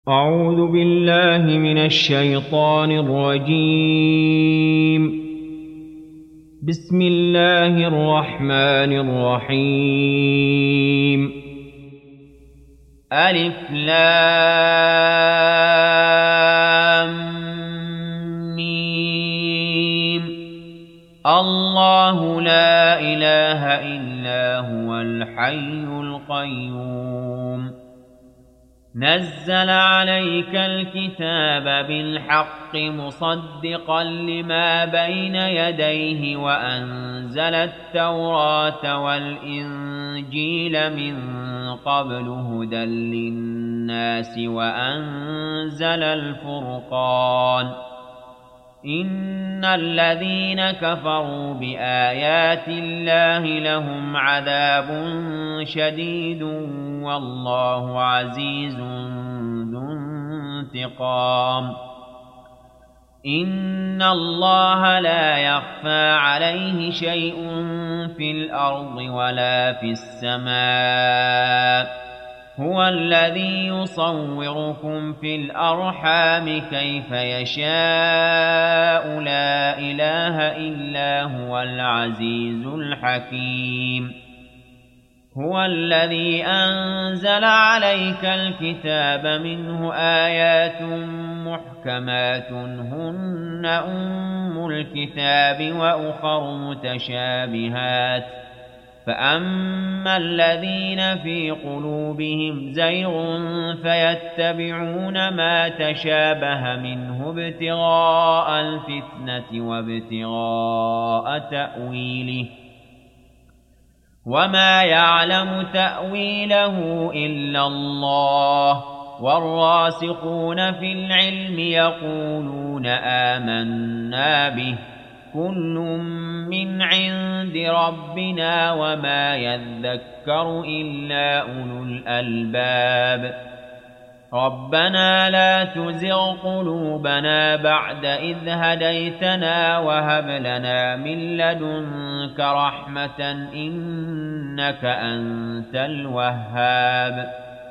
أعوذ بالله من الشيطان الرجيم. بسم الله الرحمن الرحيم. ألف لام ميم. الله لا إله إلا هو الحي القيوم. نزل عليك الكتاب بالحق مصدقا لما بين يديه وأنزل التوراة والإنجيل من قبل هدى للناس وأنزل الفرقان. إن الذين كفروا بآيات الله لهم عذاب شديد والله عزيز ذو انتقام. إن الله لا يخفى عليه شيء في الأرض ولا في السماء. هو الذي يصوركم في الأرحام كيف يشاء. لا إله إلا هو العزيز الحكيم. هو الذي أنزل عليك الكتاب منه آيات محكمات هن أم الكتاب وأخر متشابهات. فأما الذين في قلوبهم زيغ فيتبعون ما تشابه منه ابتغاء الفتنة وابتغاء تأويله وما يعلم تأويله إلا الله. والراسخون في العلم يقولون آمنا به كل من عند ربنا وما يذكر إلا أولو الألباب. ربنا لا تزغ قلوبنا بعد إذ هديتنا وهب لنا من لدنك رحمة إنك أنت الوهاب.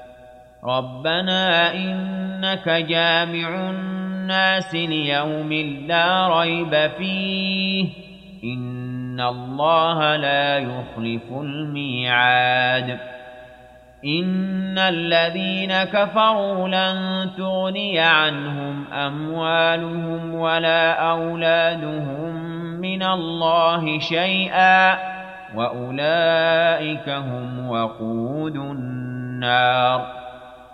ربنا إنك جامع الناس ليوم لا ريب فيه إن الله لا يخلف الميعاد. إن الذين كفروا لن تغني عنهم أموالهم ولا أولادهم من الله شيئا وأولئك هم وقود النار.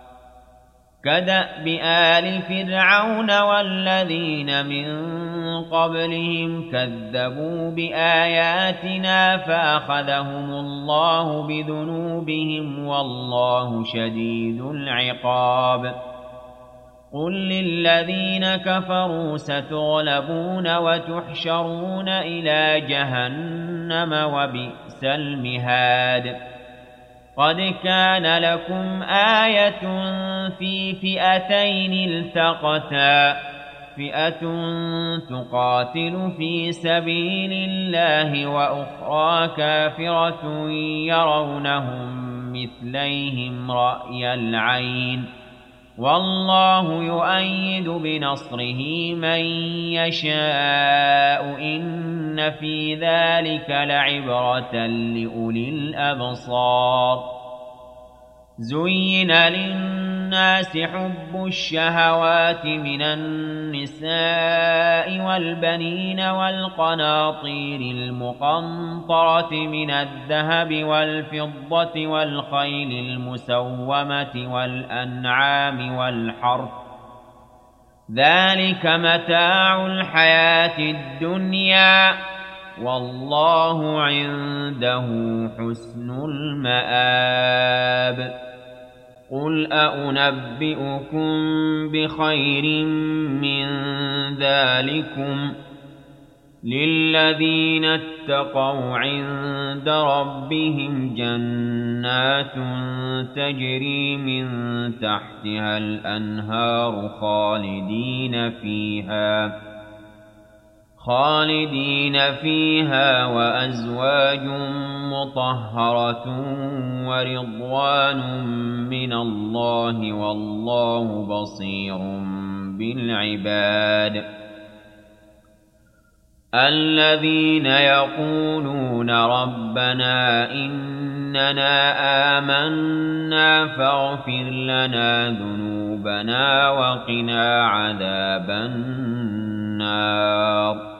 كدأب آل فرعون والذين من قبلهم كذبوا بآياتنا فأخذهم الله بذنوبهم والله شديد العقاب. قل للذين كفروا ستغلبون وتحشرون إلى جهنم وبئس المهاد. قد كان لكم آية في فئتين التقتا فئة تقاتل في سبيل الله وأخرى كافرة يرونهم مثليهم رأي العين والله يؤيد بنصره من يشاء. إن في ذلك لعبرة لأولي الأبصار. زين للناس حب الشهوات من النساء والبنين والقناطير المقنطرة من الذهب والفضة والخيل المسومة والأنعام والحرث ذلك متاع الحياة الدنيا والله عنده حسن المآب. قل أنبئكم بخير من ذلكم للذين اتقوا عند ربهم جنات تجري من تحتها الأنهار خالدين فيها وأزواج مطهرة ورضوان من الله والله بصير بالعباد الذين يقولون ربنا إننا آمنا فاغفر لنا ذنوبنا وقنا عذاب النار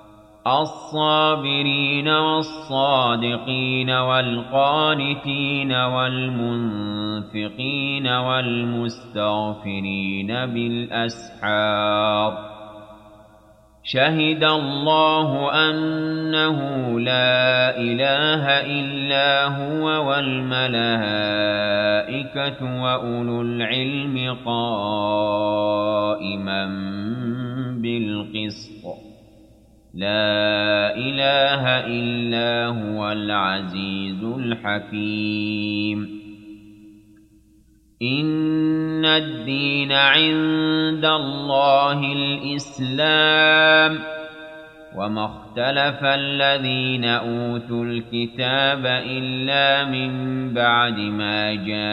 الصابرين والصادقين والقانتين والمنفقين والمستغفرين بالأسحار شهد الله أنه لا إله إلا هو والملائكة وأولو العلم قائما بالقسط لا إله إلا هو العزيز الحكيم إن الدين عند الله الإسلام وما اختلف الذين أوتوا الكتاب إلا من بعد ما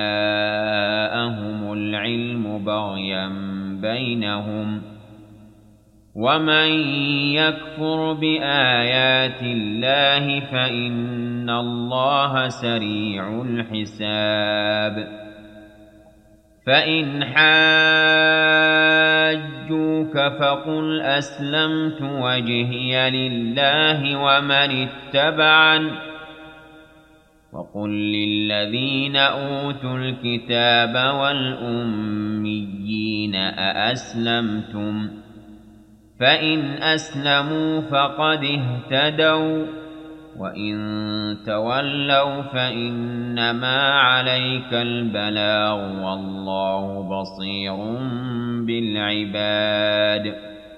جاءهم العلم بغيا بينهم ومن يكفر بآيات الله فإن الله سريع الحساب فإن حاجوك فقل أسلمت وجهي لله ومن اتبعن وقل للذين أوتوا الكتاب والأميين أأسلمتم فإن أسلموا فقد اهتدوا وإن تولوا فإنما عليك البلاغ والله بصير بالعباد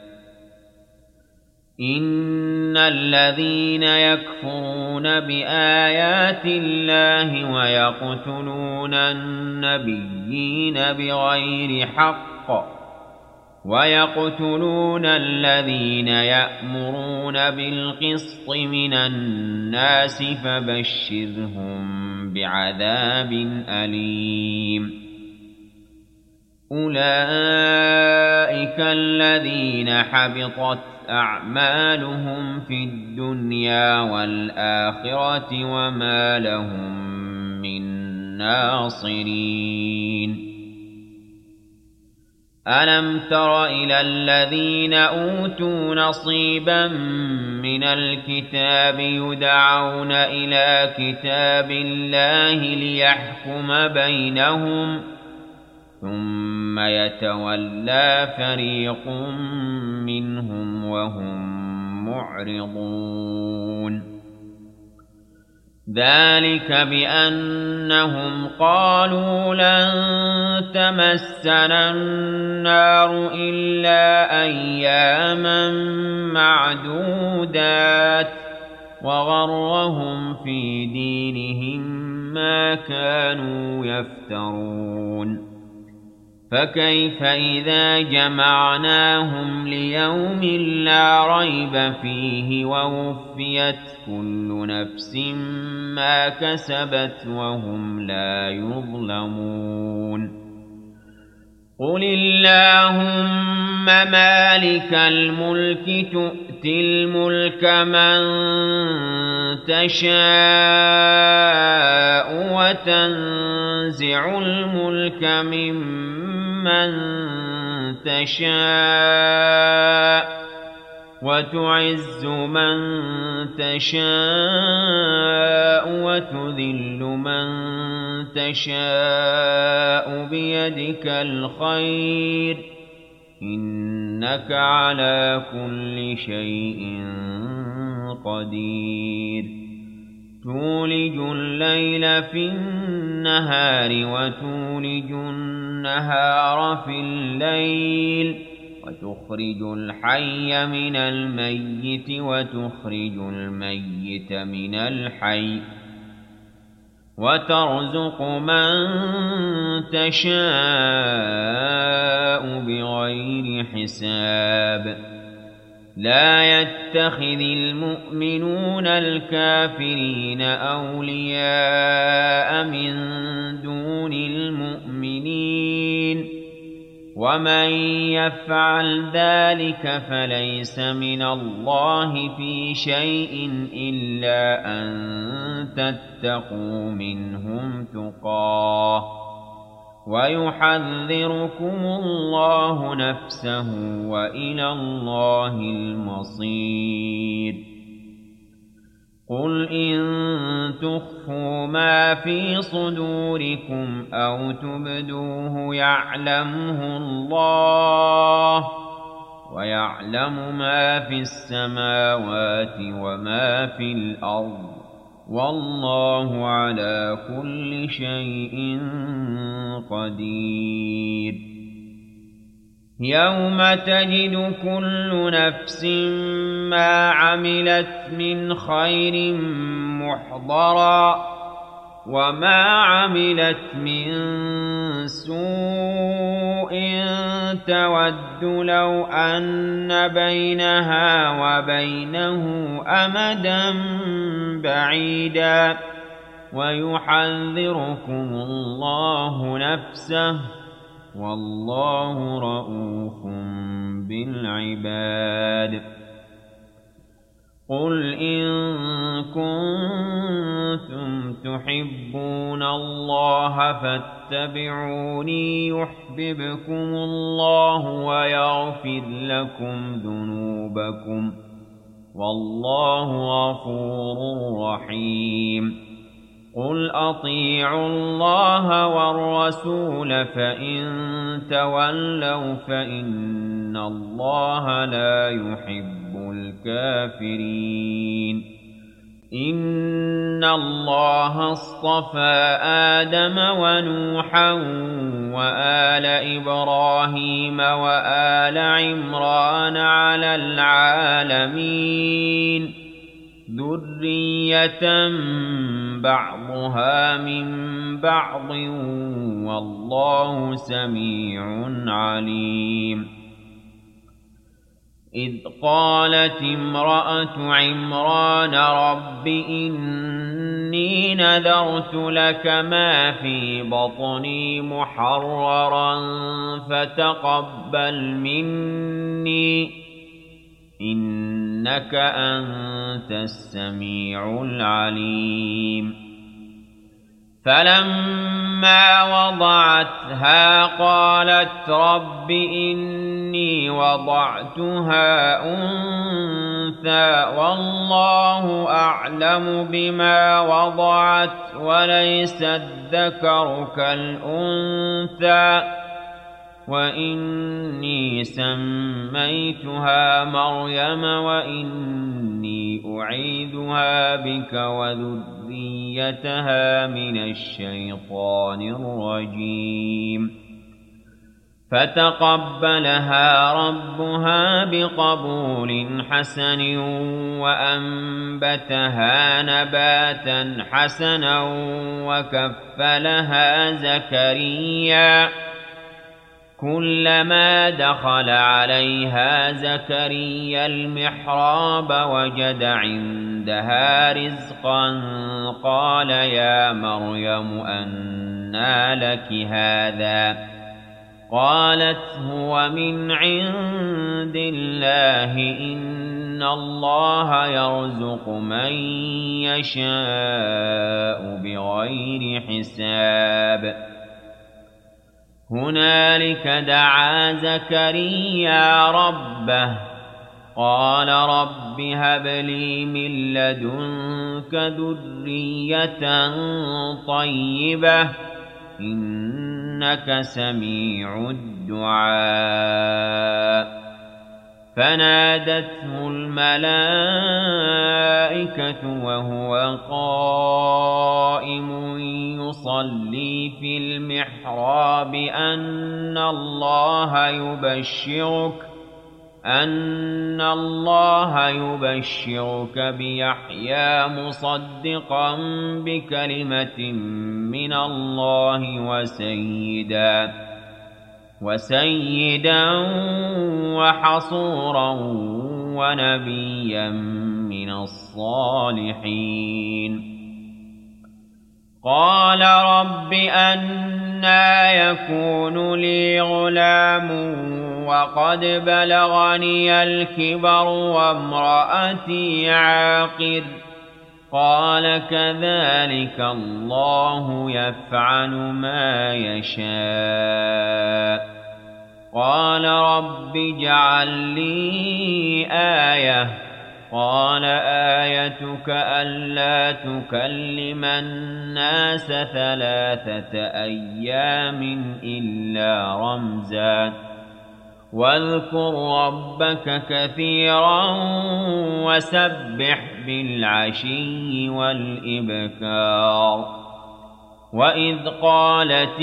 إن الذين يكفرون بآيات الله ويقتلون النبيين بغير حق ويقتلون الذين يأمرون بالقسط من الناس فبشرهم بعذاب أليم أولئك الذين حبطت أعمالهم في الدنيا والآخرة وما لهم من ناصرين ألم تر إلى الذين أوتوا نصيبا من الكتاب يدعون إلى كتاب الله ليحكم بينهم ثم يتولى فريق منهم وهم معرضون ذلك بأنهم قالوا لن تمسنا النار إلا أياما معدودات وغرهم في دينهم ما كانوا يفترون فكيف إذا جمعناهم ليوم لا ريب فيه ووفيت كل نفس ما كسبت وهم لا يظلمون قل اللهم مالك الملك تؤتي الملك من تشاء وتنزع الملك ممن تشاء وتعز من تشاء وتذل من تشاء بيدك الخير إنك على كل شيء قدير تولج الليل في النهار وتولج النهار في الليل وتخرج الحي من الميت وتخرج الميت من الحي وترزق من تشاء بغير حساب لا يتخذ المؤمنون الكافرين أولياء من دون المؤمنين ومن يفعل ذلك فليس من الله في شيء إلا أن تتقوا منهم تقاه ويحذركم الله نفسه وإلى الله المصير قل إن تخفوا ما في صدوركم أو تبدوه يعلمه الله ويعلم ما في السماوات وما في الأرض والله على كل شيء قدير يوم تجد كل نفس ما عملت من خير محضرا وما عملت من سوء تود لو أن بينها وبينه أمدا بعيدا ويحذركم الله نفسه والله رءوف بالعباد قل إن كنتم تحبون الله فاتبعوني يحببكم الله ويغفر لكم ذنوبكم والله غفور رحيم قل أطيعوا الله والرسول فإن تولوا فإن الله لا يحب الكافرين إن الله اصطفى آدم ونوحا وآل إبراهيم وآل عمران على العالمين ذرية بعضها من بعض والله سميع عليم إذ قالت امرأة عمران رب إني نذرت لك ما في بطني محررا فتقبل مني إنك أنت السميع العليم فلما وضعتها قالت رب إني وضعتها أنثى والله أعلم بما وضعت وليس الذكر كالأنثى وإني سميتها مريم وإني أعيذها بك وذريتها من الشيطان الرجيم فتقبلها ربها بقبول حسن وأنبتها نباتا حسنا وكفلها زكريا كلما دخل عليها زكريا المحراب وجد عندها رزقا قال يا مريم أنى لك هذا قالت هو من عند الله إن الله يرزق من يشاء بغير حساب هنالك دعا زكريا ربه قال رب هب لي من لدنك ذرية طيبة إنك سميع الدعاء فنادته الملائكة وهو قائم يصلي في المحراب أن الله يبشرك بيحيى مصدقا بكلمة من الله وسيدا وحصورا ونبيا من الصالحين. قال رب أنى يكون لي غلام وقد بلغني الكبر وامرأتي عاقر. قال كذلك الله يفعل ما يشاء. قال رب اجعل لي آية. قال آيتك ألا تكلم الناس 3 أيام إلا رمزا واذكر ربك كثيرا وسبح بالعشي والإبكار. وإذ قالت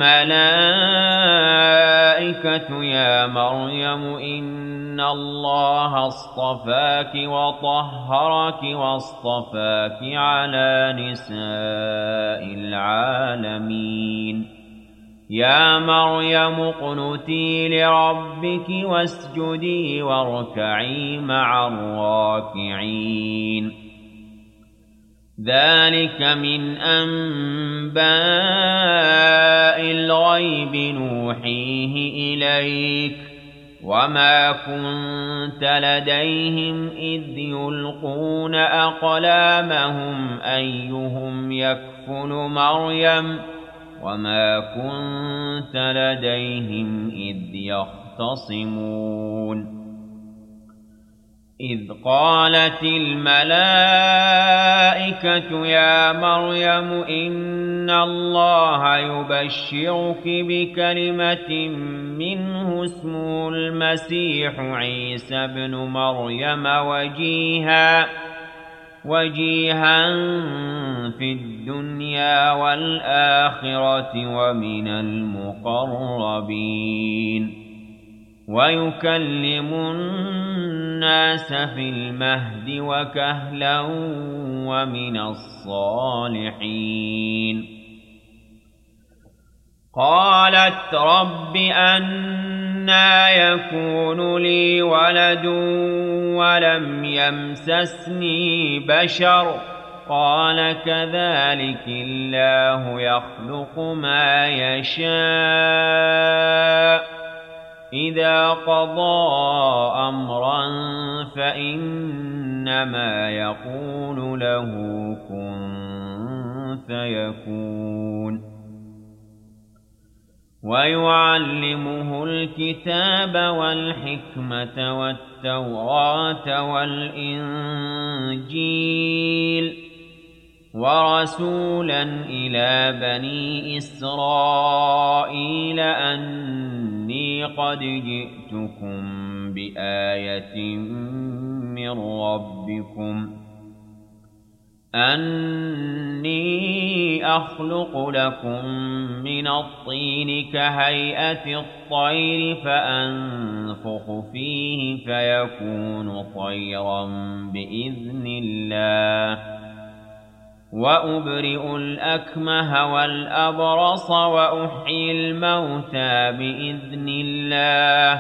الملائكة يا مريم إن الله اصطفاك وطهرك واصطفاك على نساء العالمين. يا مريم اقنتي لربك واسجدي واركعي مع الراكعين. ذلك من أنباء الغيب نوحيه إليك وما كنت لديهم إذ يلقون أقلامهم أيهم يكفل مريم وما كنت لديهم إذ يختصمون. إذ قالت الملائكة يا مريم إن الله يبشرك بكلمة منه اسمه المسيح عيسى بن مريم وجيها في الدنيا والآخرة ومن المقربين ويكلم الناس في المهد وكهلا ومن الصالحين. قالت رب أنى يكون لي ولد ولم يمسسني بشر. قال كذلك الله يخلق ما يشاء إذا قضى أمرا فإنما يقول له كن فيكون. ويعلمه الكتاب والحكمة والتوراة والإنجيل ورسولا إلى بني إسرائيل أني قد جئتكم بآية من ربكم أني أخلق لكم من الطين كهيئة الطير فأنفخ فيه فيكون طيرا بإذن الله وأبرئ الأكمه والأبرص وأحيي الموتى بإذن الله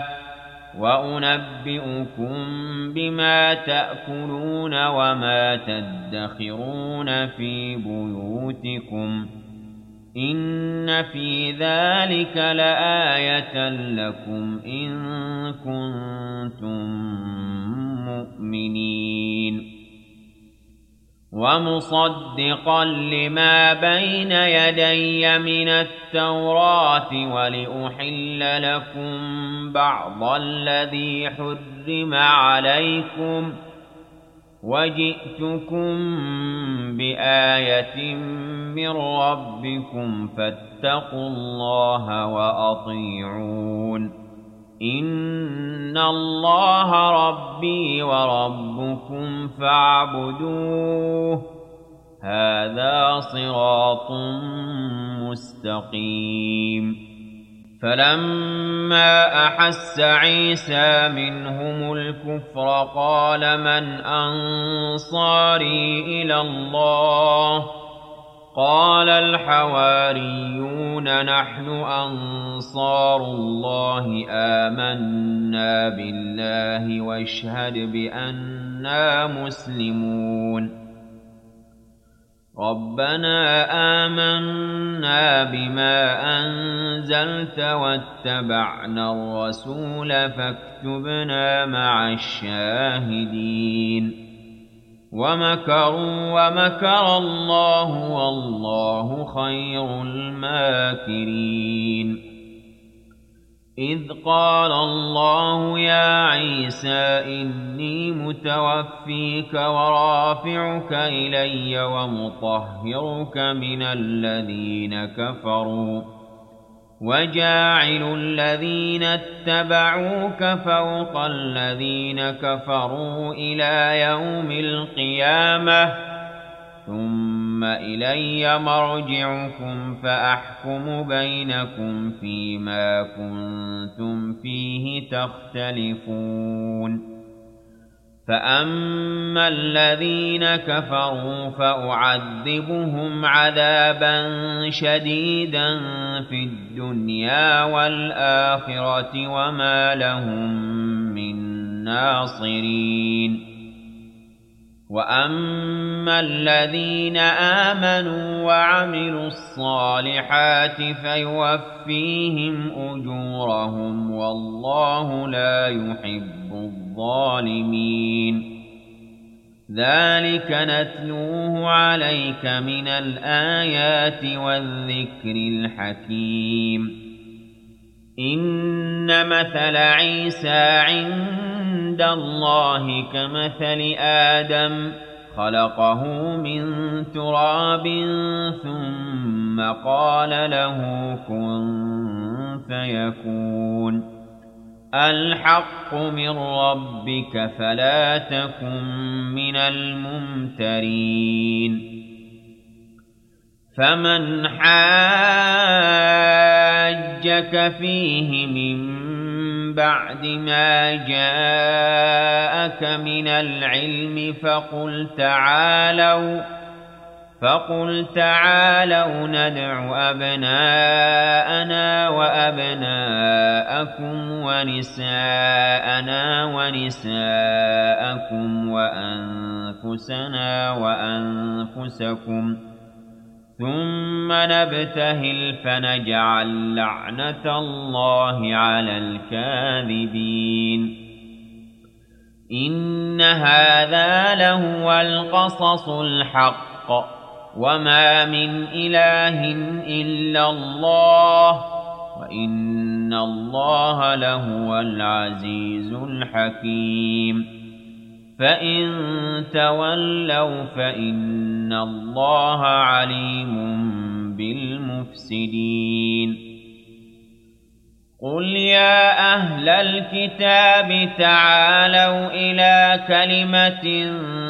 وأنبئكم بما تأكلون وما تدخرون في بيوتكم إن في ذلك لآية لكم إن كنتم مؤمنين. ومصدقا لما بين يدي من التوراة ولأحل لكم بعض الذي حرم عليكم وجئتكم بآية من ربكم فاتقوا الله وأطيعون إن الله ربي وربكم فاعبدوه هذا صراط مستقيم. فلما أحس عيسى منهم الكفر قال من أنصاري إلى الله قال الحواريون نحن أنصار الله آمنا بالله واشهد بأننا مسلمون ربنا آمنا بما أنزلت واتبعنا الرسول فاكتبنا مع الشاهدين ومكروا ومكر الله والله خير الماكرين إذ قال الله يا عيسى إني متوفيك ورافعك إلي ومطهرك من الذين كفروا وجاعل الذين اتبعوك فوق الذين كفروا إلى يوم القيامة ثم إلي مرجعكم فأحكم بينكم فيما كنتم فيه تختلفون فأما الذين كفروا فأعذبهم عذابا شديدا في الدنيا والآخرة وما لهم من ناصرين وأما الذين آمنوا وعملوا الصالحات فيوفيهم أجورهم والله لا يحب الظالمين ذلك نتلوه عليك من الآيات والذكر الحكيم إن مثل عيسى عند الله كمثل آدم خلقه من تراب ثم قال له كن فيكون الحق من ربك فلا تكن من الممترين فمن حاجك فيه من بعد ما جاءك من العلم فقل تعالوا ندع أبناءنا وأبناءكم ونساءنا ونساءكم وأنفسنا وأنفسكم ثم نبتهل فنجعل لعنة الله على الكاذبين إن هذا لهو القصص الحق وما من إله إلا الله وإن الله لهو العزيز الحكيم فإن تولوا فإن الله عليم بالمفسدين قل يا أهل الكتاب تعالوا إلى كلمة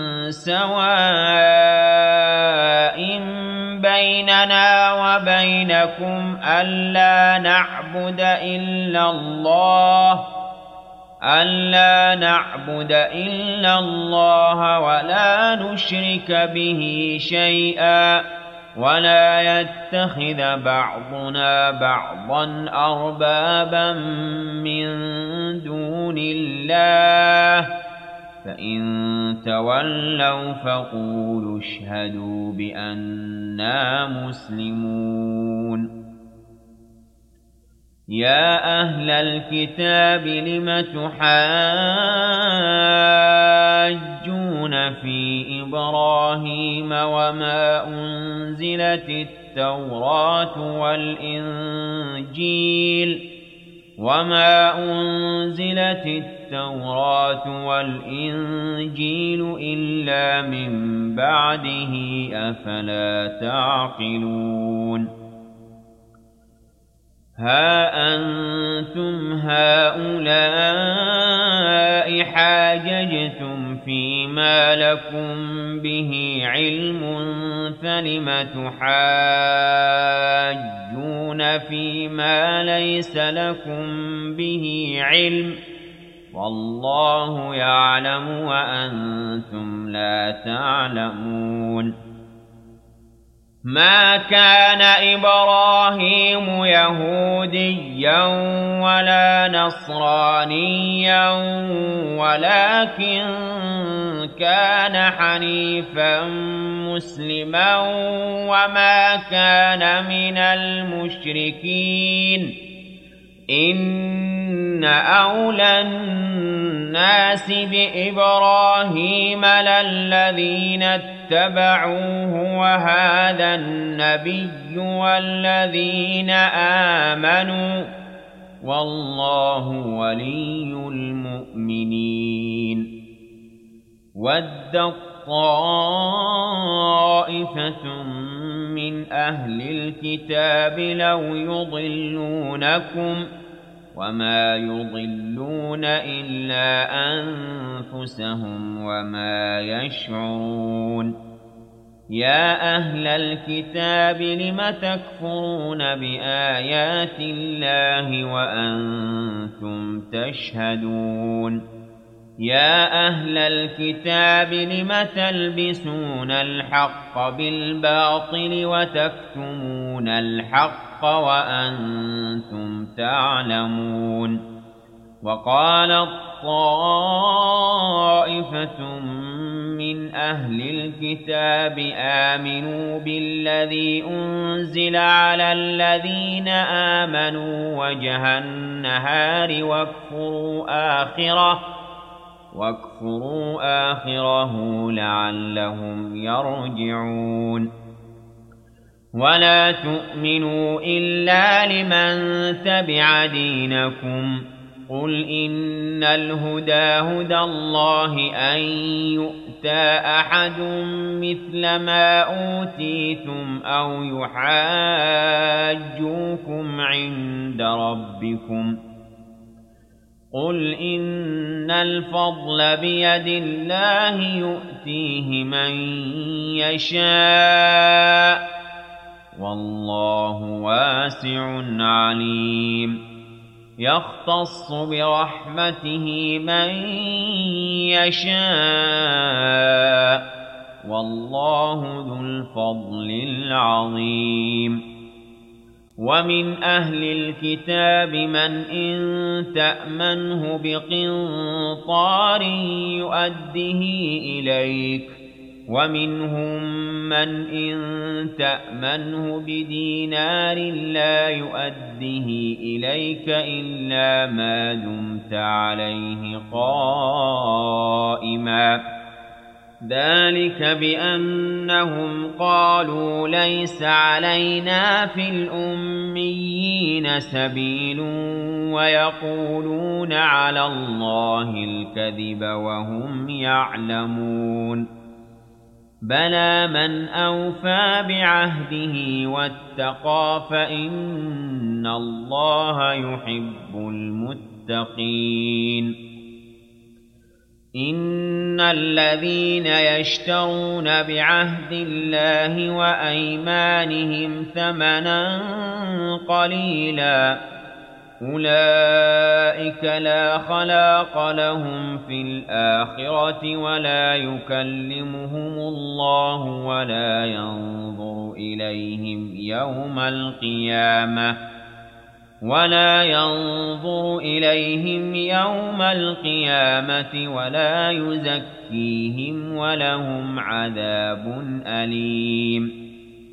سواء بيننا وبينكم ألا نعبد إلا الله ولا نشرك به شيئا ولا يتخذ بعضنا بعضا أربابا من دون الله فإن تولوا فقولوا اشهدوا بأننا مسلمون يا أهل الكتاب لم تحاجون في إبراهيم وما أنزلت التوراة والإنجيل إلا من بعده أفلا تعقلون ها أنتم هؤلاء حاججتم فيما لكم به علم فلم تحاجون فيما ليس لكم به علم والله يعلم وأنتم لا تعلمون ما كان إبراهيم يهوديا ولا نصرانيا ولكن كان حنيفا مسلما وما كان من المشركين إن أولى الناس بإبراهيم للذين اتبعوه وهذا النبي والذين آمنوا والله ولي المؤمنين ود طائفة من أهل الكتاب لو يضلونكم وما يضلون إلا أنفسهم وما يشعرون يا أهل الكتاب لم تكفرون بآيات الله وأنتم تشهدون يا أهل الكتاب لم تلبسون الحق بالباطل وتكتمون الحق وأنتم تعلمون وقالت طائفة من أهل الكتاب آمنوا بالذي أنزل على الذين آمنوا وجه النهار واكفروا آخره لعلهم يرجعون ولا تؤمنوا إلا لمن تبع دينكم قل إن الهدى هدى الله أن يؤتى أحد مثل ما أوتيتم أو يحاجوكم عند ربكم قل إن الفضل بيد الله يؤتيه من يشاء والله واسع عليم يختص برحمته من يشاء والله ذو الفضل العظيم ومن أهل الكتاب من إن تأمنه بقنطار يؤده إليك ومنهم من إن تأمنه بدينار لا يؤده إليك إلا ما دمت عليه قائما ذلك بأنهم قالوا ليس علينا في الأميين سبيل ويقولون على الله الكذب وهم يعلمون بلى من أوفى بعهده واتقى فإن الله يحب المتقين إن الذين يشترون بعهد الله وأيمانهم ثمنا قليلا أولئك لا خلاق لهم في الآخرة ولا يكلمهم الله ولا ينظر إليهم يوم القيامة ولا يزكيهم ولهم عذاب أليم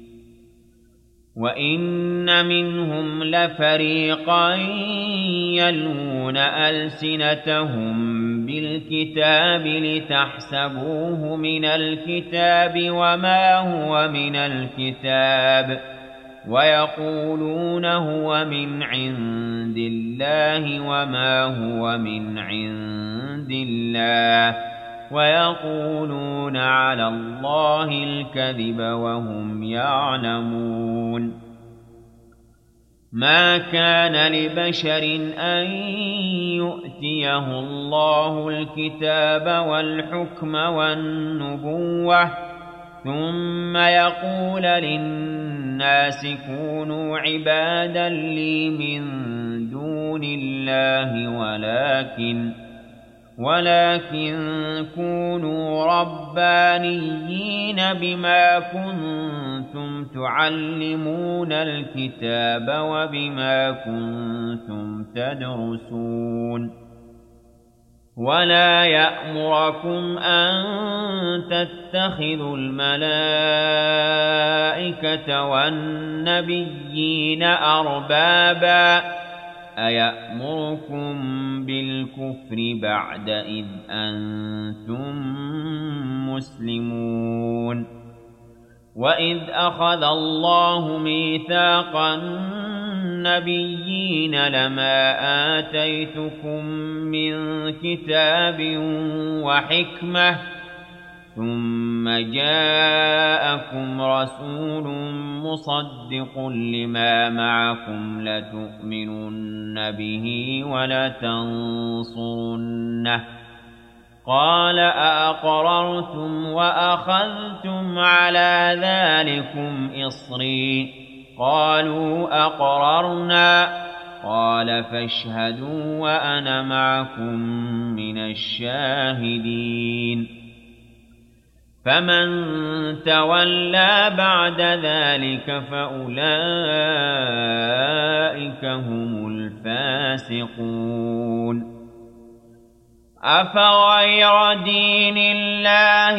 وإن منهم لفريقا يلوون ألسنتهم بالكتاب لتحسبوه من الكتاب وما هو من الكتاب ويقولون هو من عند الله وما هو من عند الله ويقولون على الله الكذب وهم يعلمون ما كان لبشر أن يؤتيه الله الكتاب والحكم والنبوة ثم يقول للناس كونوا عبادا لي من دون الله ولكن كونوا ربانيين بما كنتم تعلمون الكتاب وبما كنتم تدرسون ولا يأمركم أن تتخذوا الملائكة والنبيين أربابا أيأمركم بالكفر بعد إذ أنتم مسلمون وإذ أخذ الله ميثاق النبيين لما آتيتكم من كتاب وحكمة ثم جاءكم رسول مصدق لما معكم لتؤمنن به ولتنصرنه قال أأقررتم وأخذتم على ذلكم إصري قالوا أقررنا قال فاشهدوا وأنا معكم من الشاهدين فمن تولى بعد ذلك فأولئك هم الفاسقون أفغير دين الله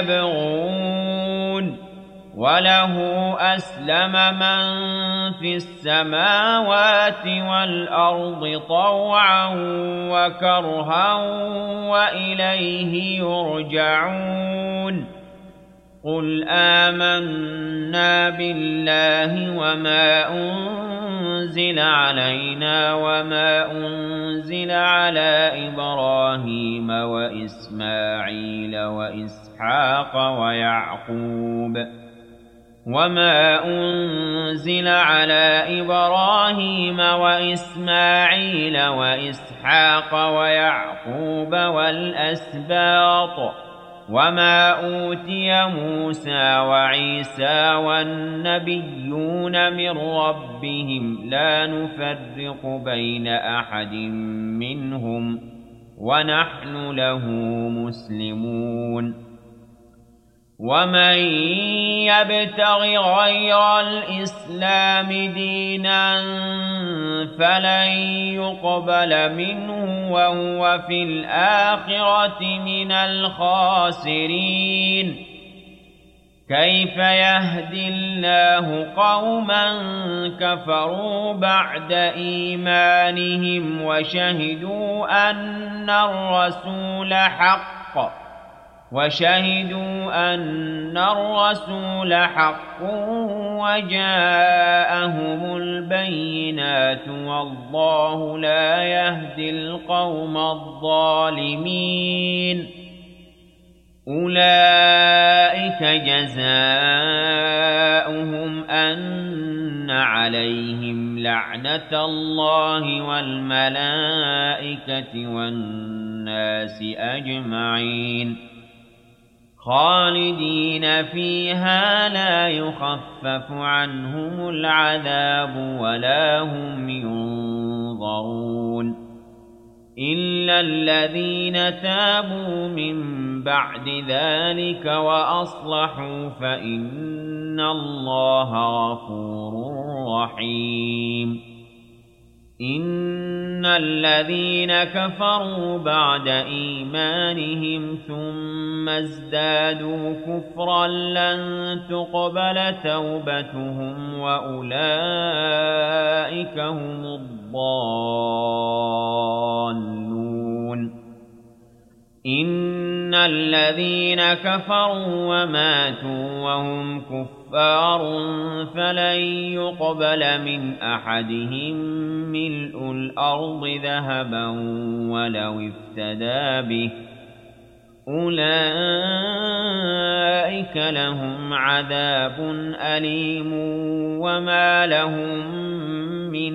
يبغون وله أسلم من في السماوات والأرض طوعا وكرها وإليه يرجعون قل آمنا بالله وما أنزل علينا وما أنزل على إبراهيم وإسماعيل وإسحاق ويعقوب وما أنزل على إبراهيم وإسماعيل وإسحاق ويعقوب والأسباط وما أوتي موسى وعيسى والنبيون من ربهم لا نفرق بين أحد منهم ونحن له مسلمون ومن يبتغ غير الإسلام دينا فلن يقبل منه وهو في الآخرة من الخاسرين كيف يهدي الله قوما كفروا بعد إيمانهم وشهدوا أن الرسول حق وجاءهم البينات والله لا يهدي القوم الظالمين أولئك جزاؤهم أن عليهم لعنة الله والملائكة والناس أجمعين خالدين فيها لا يخفف عنهم العذاب ولا هم ينظرون إلا الذين تابوا من بعد ذلك وأصلحوا فإن الله غفور رحيم إن الذين كفروا بعد إيمانهم ثم ازدادوا كفرا لن تقبل توبتهم وأولئك هم الضالون إن الذين كفروا وماتوا وهم كفار فلن يقبل من أحدهم ملء الأرض ذهبا ولو افتدى به أولئك لهم عذاب أليم وما لهم من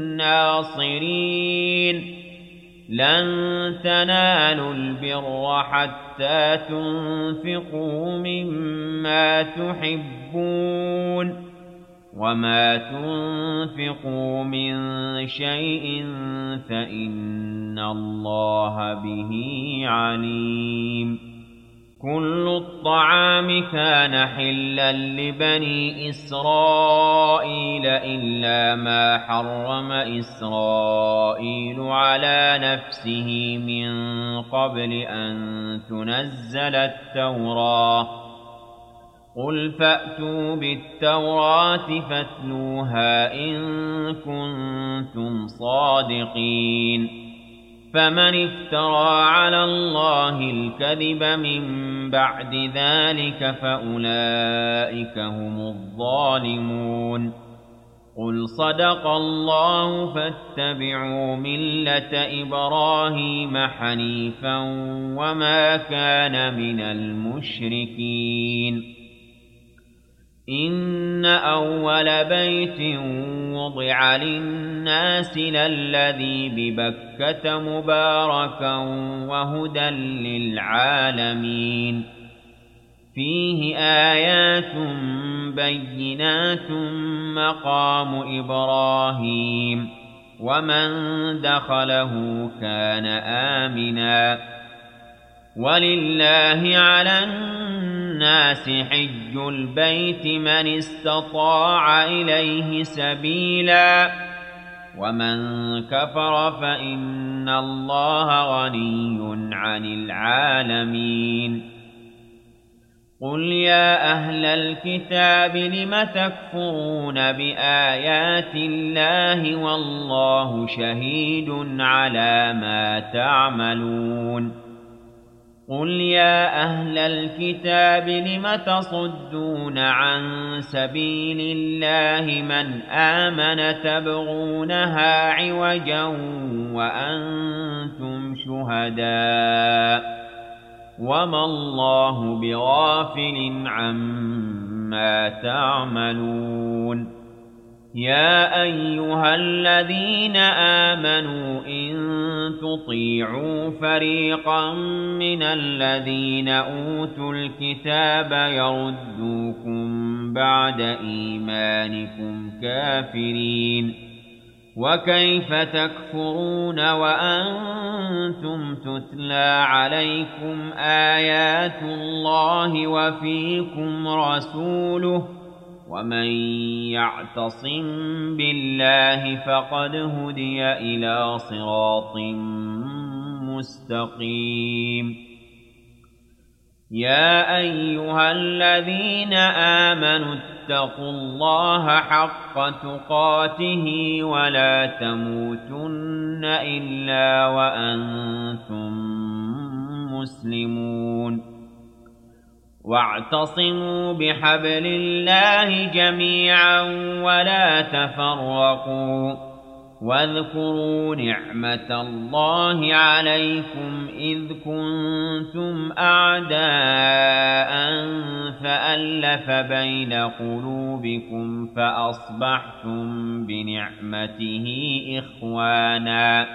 ناصرين لن تنالوا البر حتى تنفقوا مما تحبون وما تنفقوا من شيء فإن الله به عليم. كل الطعام كان حلا لبني إسرائيل إلا ما حرم إسرائيل على نفسه من قبل أن تنزل التوراة. قل فأتوا بالتوراة فاتلوها إن كنتم صادقين. فمن افترى على الله الكذب من بعد ذلك فأولئك هم الظالمون. قل صدق الله فاتبعوا ملة إبراهيم حنيفا وما كان من المشركين. إن أول بيت وضع للناس للذي ببكة مباركا وهدى للعالمين. فيه آيات بينات مقام إبراهيم ومن دخله كان آمنا. ولله على الناس حج البيت من استطاع إليه سبيلا ومن كفر فإن الله غني عن العالمين. قل يا أهل الكتاب لم تكفرون بآيات الله والله شهيد على ما تعملون. قل يا أهل الكتاب لم تصدون عن سبيل الله من آمن تبغونها عوجا وأنتم شهداء وما الله بغافل عما تعملون. يا أيها الذين آمنوا إن تطيعوا فريقا من الذين أوتوا الكتاب يردوكم بعد إيمانكم كافرين. وكيف تكفرون وأنتم تتلى عليكم آيات الله وفيكم رسوله ومن يعتصم بالله فقد هدي إلى صراط مستقيم. يا أيها الذين آمنوا اتقوا الله حق تقاته ولا تموتن إلا وأنتم مسلمون. واعتصموا بحبل الله جميعا ولا تفرقوا. واذكروا نعمة الله عليكم إذ كنتم أعداء فألف بين قلوبكم فأصبحتم بنعمته إخوانا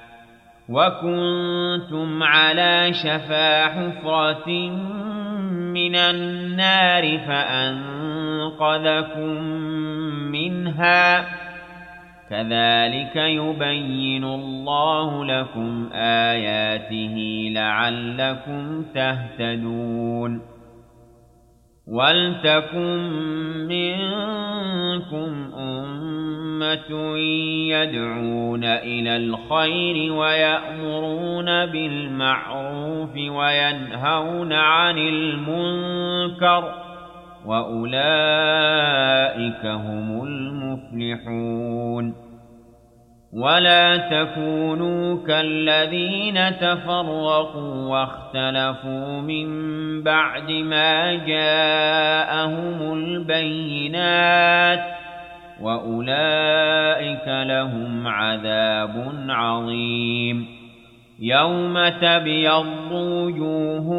وكنتم على شفا حفرة من النار فأنقذكم منها. كذلك يبين الله لكم آياته لعلكم تهتدون. ولتكن منكم أمة يدعون إلى الخير ويأمرون بالمعروف وينهون عن المنكر وأولئك هم المفلحون. ولا تكونوا كالذين تفرقوا واختلفوا من بعد ما جاءهم البينات وأولئك لهم عذاب عظيم. يوم تبيض وجوه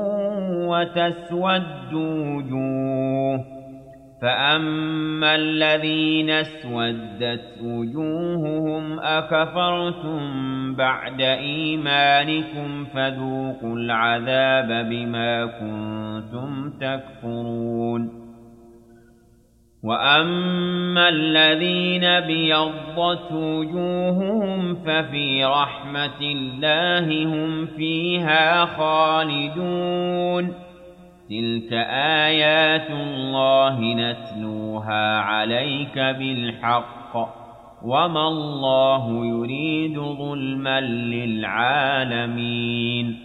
وتسود وجوه فأما الذين اسودت وجوههم أكفرتم بعد إيمانكم فذوقوا العذاب بما كنتم تكفرون. وأما الذين ابيضت وجوههم ففي رحمة الله هم فيها خالدون تلك آيات الله نتلوها عليك بالحق وما الله يريد ظلما للعالمين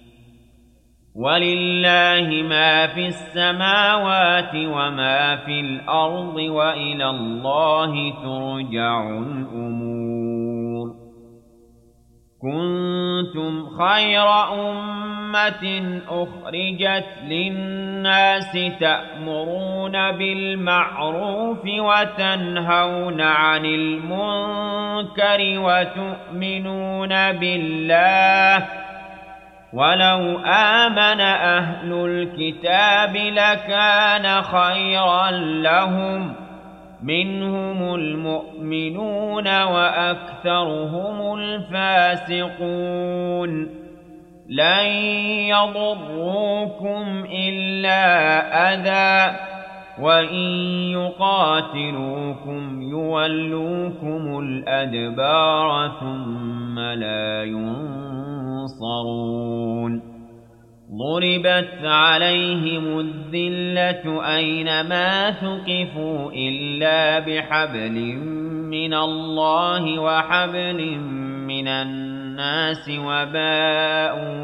ولله ما في السماوات وما في الأرض وإلى الله ترجع الأمور كنتم خير أمة أخرجت للناس تأمرون بالمعروف وتنهون عن المنكر وتؤمنون بالله ولو آمن أهل الكتاب لكان خيرا لهم منهم المؤمنون وأكثرهم الفاسقون لن يضروكم إلا أذى وإن يقاتلوكم يولوكم الأدبار ثم لا ينصرون ضربت عليهم الذلة أينما ثقفوا إلا بحبل من الله وحبل من الناس وباءوا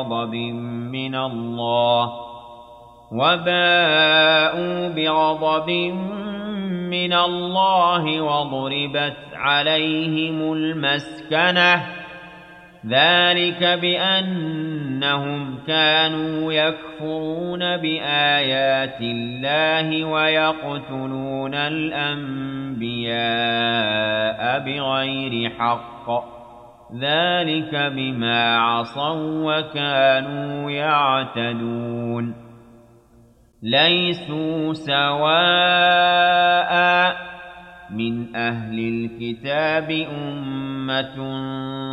بغضب من الله وضربت عليهم المسكنة ذلك بأنهم كانوا يكفرون بآيات الله ويقتلون الأنبياء بغير حق ذلك بما عصوا وكانوا يعتدون ليسوا سواء من أهل الكتاب أمة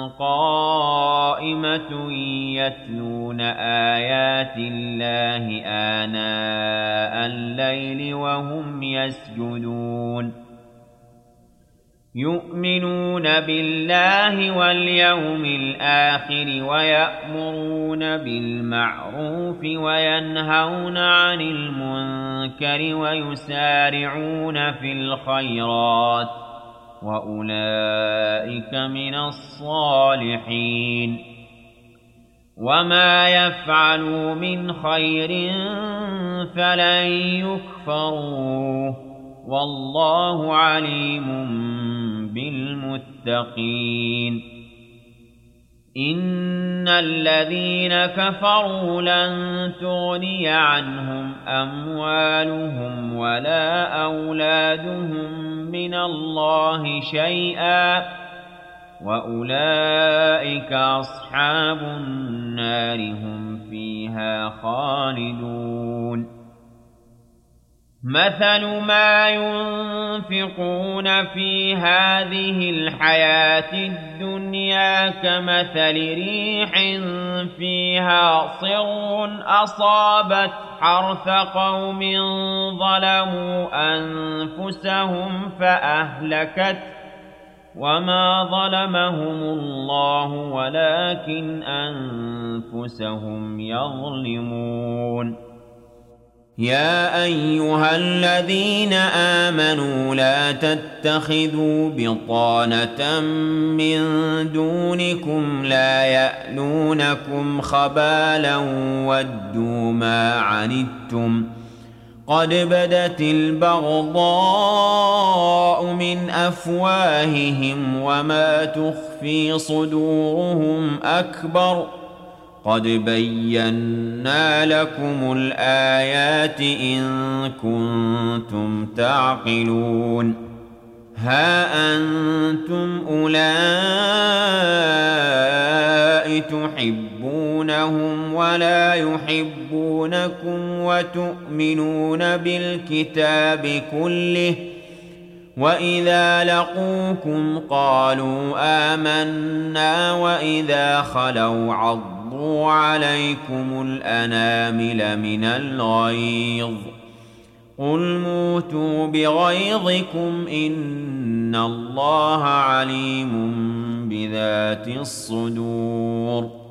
قائمة يتلون آيات الله آناء الليل وهم يسجدون يؤمنون بالله واليوم الآخر ويأمرون بالمعروف وينهون عن المنكر ويسارعون في الخيرات وأولئك من الصالحين وما يفعلوا من خير فلن يكفروه والله عليم بالمتقين إن الذين كفروا لن تغني عنهم أموالهم ولا أولادهم من الله شيئا وأولئك أصحاب النار هم فيها خالدون مثل ما ينفقون في هذه الحياة الدنيا كمثل ريح فيها صر أصابت حرث قوم ظلموا أنفسهم فأهلكت وما ظلمهم الله ولكن أنفسهم يظلمون يا أيها الذين آمنوا لا تتخذوا بطانة من دونكم لا يألونكم خبالا ودوا ما عنتم قد بدت البغضاء من أفواههم وما تخفي صدورهم أكبر قد بينا لكم الآيات إن كنتم تعقلون ها أنتم أولئك تحبونهم ولا يحبونكم وتؤمنون بالكتاب كله وإذا لقوكم قالوا آمنا وإذا خلوا عضوا عليكم الأنامل من الغيظ قل موتوا بغيظكم إن الله عليم بذات الصدور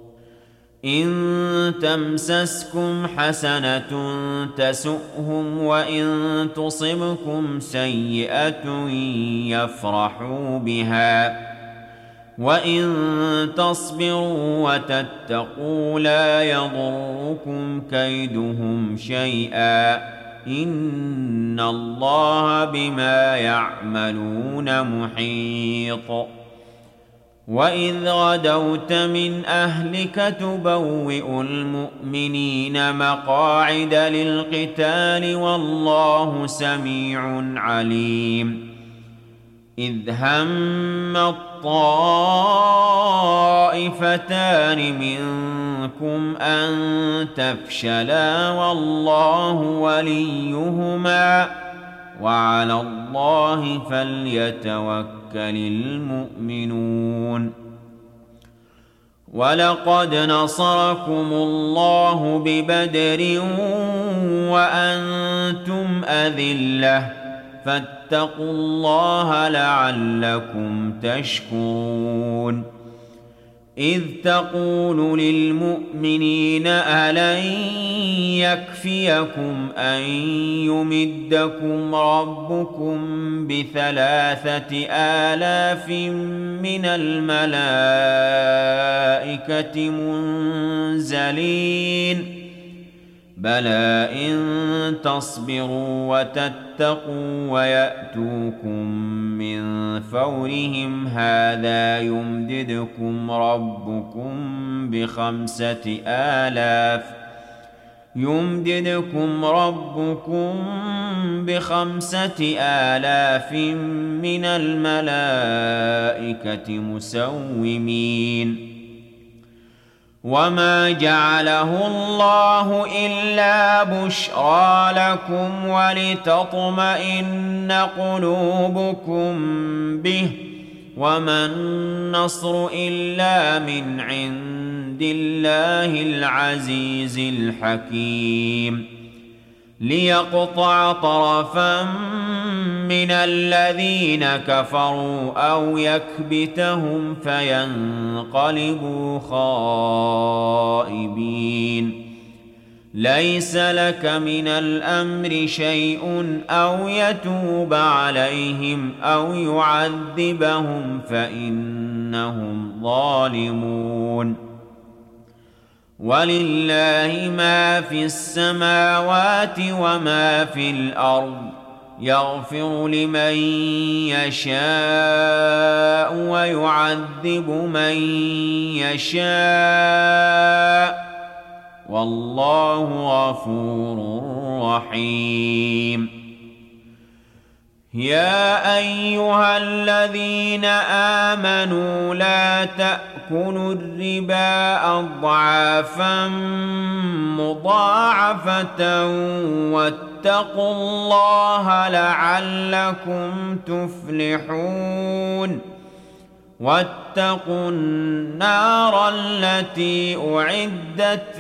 إن تمسسكم حسنة تسؤهم وإن تصبكم سيئة يفرحوا بها وإن تصبروا وتتقوا لا يضركم كيدهم شيئا إن الله بما يعملون محيط وإذ غدوت من أهلك تبوئ المؤمنين مقاعد للقتال والله سميع عليم إذ هم الطائفتان منكم أن تفشلا والله وليهما وعلى الله فليتوكل المؤمنون ولقد نصركم الله ببدر وأنتم أذلة فاتقوا الله لعلكم تشكرون إذ تقول للمؤمنين ألن يكفيكم أن يمدكم ربكم ب3,000 من الملائكة منزلين بلى إن تصبروا وتتقوا ويأتوكم من فورهم هذا يمددكم ربكم ب5,000 من الملائكة مسومين وما جعله الله إلا بشرى لكم ولتطمئن قلوبكم به وما النصر إلا من عند الله العزيز الحكيم ليقطع طرفا من الذين كفروا أو يكبتهم فينقلبوا خائبين ليس لك من الأمر شيء أو يتوب عليهم أو يعذبهم فإنهم ظالمون ولله ما في السماوات وما في الأرض يغفر لمن يشاء ويعذب من يشاء والله غفور رحيم يا أيها الذين آمنوا لا تأكلوا الربا أضعافا مضاعفة واتقوا الله لعلكم تفلحون واتقوا النار التي أعدت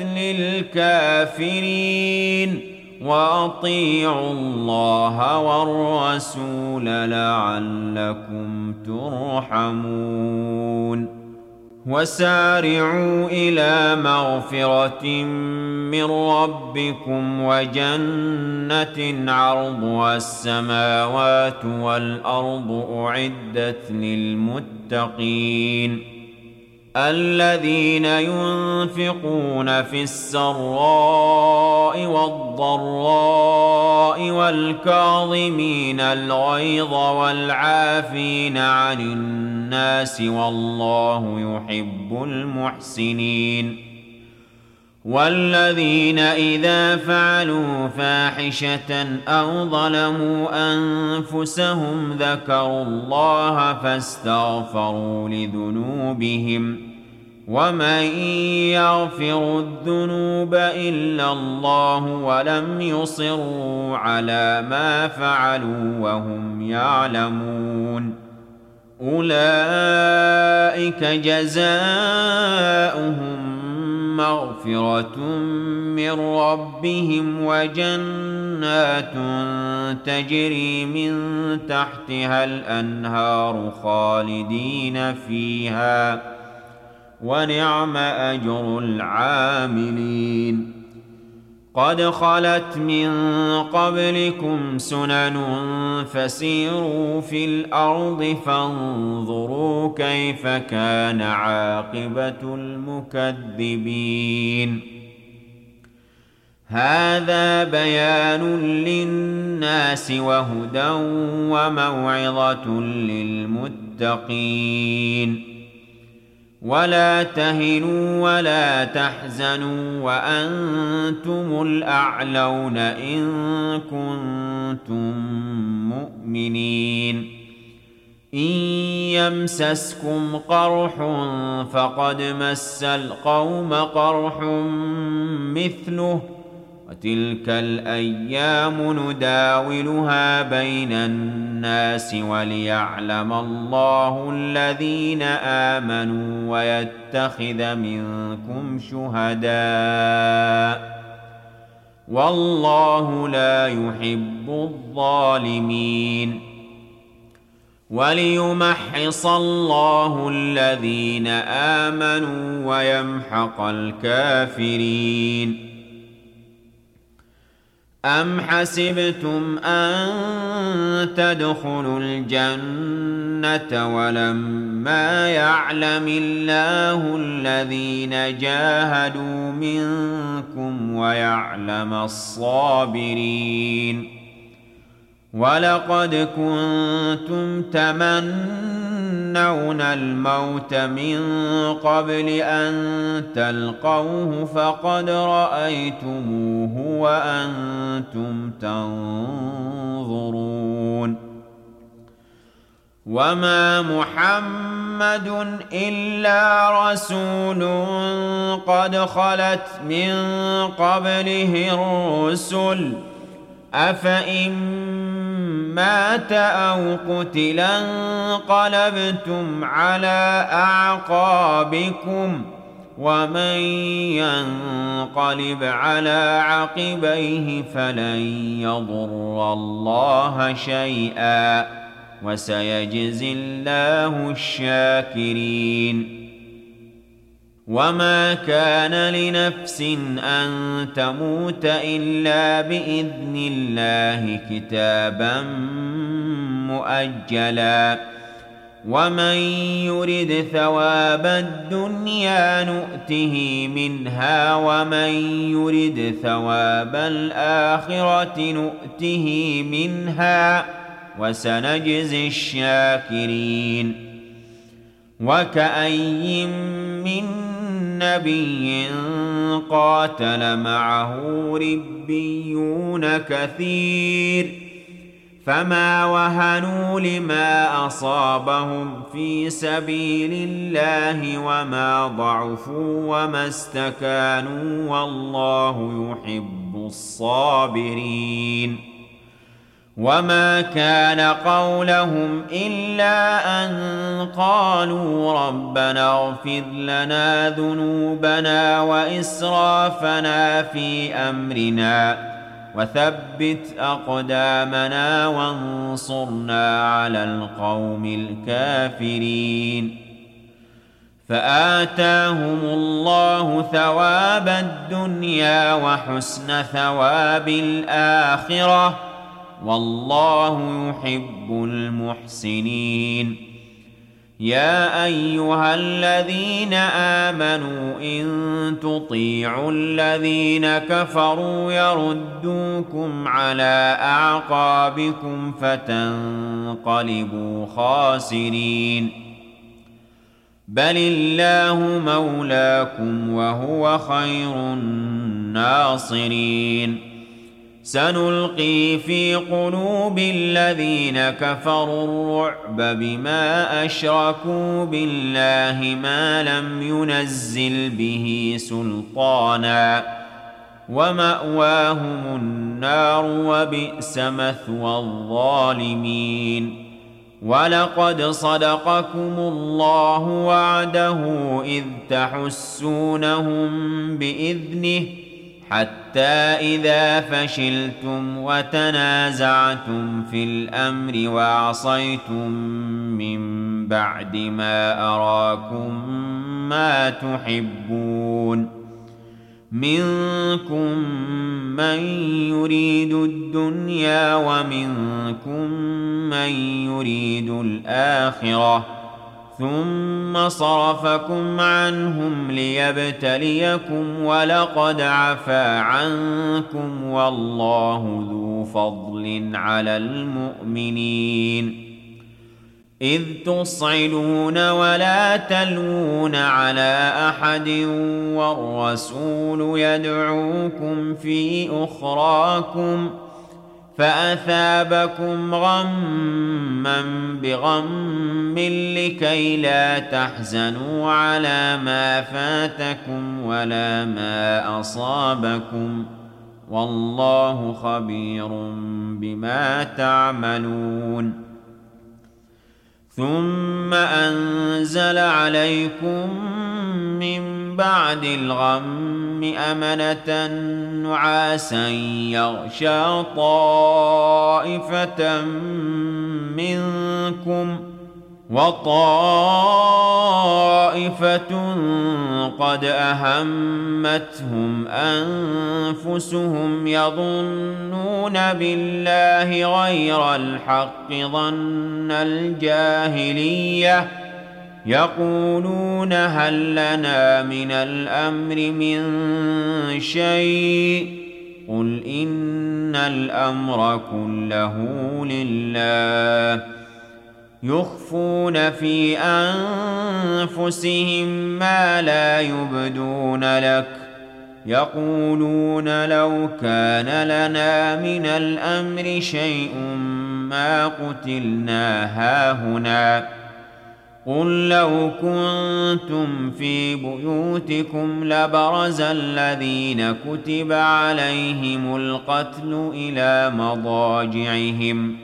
للكافرين وأطيعوا الله والرسول لعلكم ترحمون وسارعوا إلى مغفرة من ربكم وجنة عرضها السماوات والأرض أعدت للمتقين الذين ينفقون في السراء والضراء والكاظمين الغيظ والعافين عن الناس والله يحب المحسنين والذين إذا فعلوا فاحشة أو ظلموا أنفسهم ذكروا الله فاستغفروا لذنوبهم ومن يغفر الذنوب إلا الله ولم يصروا على ما فعلوا وهم يعلمون أولئك جزاؤهم مغفرة من ربهم وجنات جنات تجري من تحتها الأنهار خالدين فيها ونعم أجر العاملين قد خلت من قبلكم سنن فسيروا في الأرض فانظروا كيف كان عاقبة المكذبين هذا بيان للناس وهدى وموعظة للمتقين ولا تهنوا ولا تحزنوا وأنتم الأعلون إن كنتم مؤمنين إن يمسسكم قرح فقد مس القوم قرح مثله وتلك الأيام نداولها بين الناس وليعلم الله الذين آمنوا ويتخذ منكم شهداء والله لا يحب الظالمين وليمحص الله الذين آمنوا ويمحق الكافرين أم حسبتم أن تدخلوا الجنة ولما يعلم الله الذين جاهدوا منكم ويعلم الصابرين ولقد كنتم تمنون الموت من قبل أن تلقوه فقد رأيتموه وأنتم تنظرون وما محمد إلا رسول قد خلت من قبله الرسل أفإن مات أو قتلا انقلبتم على أعقابكم ومن ينقلب على عقبيه فلن يضر الله شيئا وسيجزي الله الشاكرين وما كان لنفس أن تموت إلا بإذن الله كتابا مؤجلا ومن يرد ثواب الدنيا نؤته منها ومن يرد ثواب الآخرة نؤته منها وسنجزي الشاكرين وكأي من نبي قاتل معه ربيون كثير فما وهنوا لما أصابهم في سبيل الله وما ضعفوا وما استكانوا والله يحب الصابرين وما كان قولهم إلا أن قالوا ربنا اغفر لنا ذنوبنا وإسرافنا في أمرنا وثبت أقدامنا وانصرنا على القوم الكافرين فآتاهم الله ثواب الدنيا وحسن ثواب الآخرة والله يحب المحسنين يا أيها الذين آمنوا إن تطيعوا الذين كفروا يردوكم على أعقابكم فتنقلبوا خاسرين بل الله مولاكم وهو خير الناصرين سنلقي في قلوب الذين كفروا الرعب بما أشركوا بالله ما لم ينزل به سلطانا ومأواهم النار وبئس مثوى الظالمين ولقد صدقكم الله وعده إذ تحسونهم بإذنه حتى إذا فشلتم وتنازعتم في الأمر وعصيتم من بعد ما أراكم ما تحبون منكم من يريد الدنيا ومنكم من يريد الآخرة ثم صرفكم عنهم ليبتليكم ولقد عفا عنكم والله ذو فضل على المؤمنين إذ تصعدون ولا تلوون على أحد والرسول يدعوكم في أخراكم فأثابكم غما بغم لكي لا تحزنوا على ما فاتكم ولا ما أصابكم والله خبير بما تعملون ثم أنزل عليكم من بعد الغم أمنة نعاسا يغشى طائفة منكم وطائفة قد أهمتهم أنفسهم يظنون بالله غير الحق ظن الجاهلية يقولون هل لنا من الأمر من شيء قل إن الأمر كله لله يخفون في أنفسهم ما لا يبدون لك يقولون لو كان لنا من الأمر شيء ما قتلنا هاهنا قل لو كنتم في بيوتكم لبرز الذين كتب عليهم القتل إلى مضاجعهم